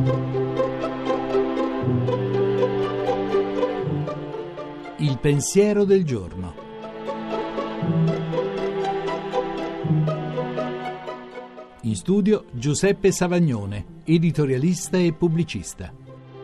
Il pensiero del giorno. In studio Giuseppe Savagnone, editorialista e pubblicista.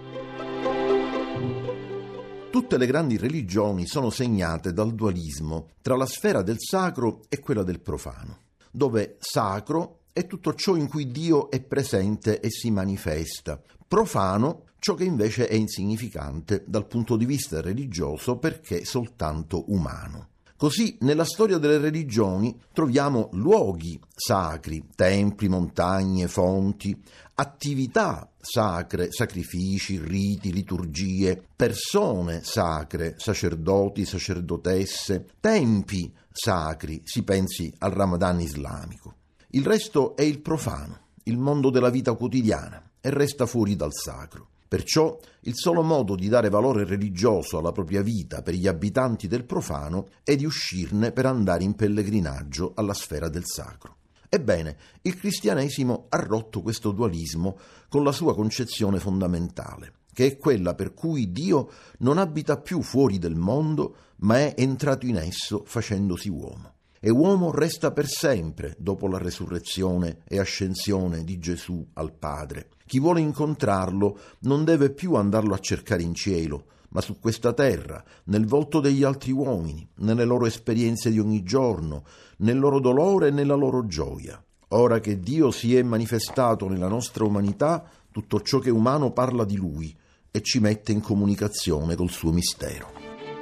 Tutte le grandi religioni sono segnate dal dualismo tra la sfera del sacro e quella del profano, dove sacro è tutto ciò in cui Dio è presente e si manifesta, profano ciò che invece è insignificante dal punto di vista religioso perché soltanto umano. Così nella storia delle religioni troviamo luoghi sacri, templi, montagne, fonti, attività sacre, sacrifici, riti, liturgie, persone sacre, sacerdoti, sacerdotesse, tempi sacri, si pensi al Ramadan islamico. Il resto è il profano, il mondo della vita quotidiana, e resta fuori dal sacro. Perciò il solo modo di dare valore religioso alla propria vita per gli abitanti del profano è di uscirne per andare in pellegrinaggio alla sfera del sacro. Ebbene, il cristianesimo ha rotto questo dualismo con la sua concezione fondamentale, che è quella per cui Dio non abita più fuori del mondo, ma è entrato in esso facendosi uomo. E uomo resta per sempre dopo la resurrezione e ascensione di Gesù al Padre. Chi vuole incontrarlo non deve più andarlo a cercare in cielo, ma su questa terra, nel volto degli altri uomini, nelle loro esperienze di ogni giorno, nel loro dolore e nella loro gioia. Ora che Dio si è manifestato nella nostra umanità, tutto ciò che è umano parla di Lui e ci mette in comunicazione col suo mistero.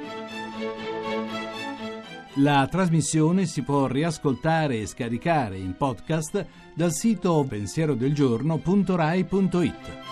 La trasmissione si può riascoltare e scaricare in podcast dal sito pensierodelgiorno.rai.it.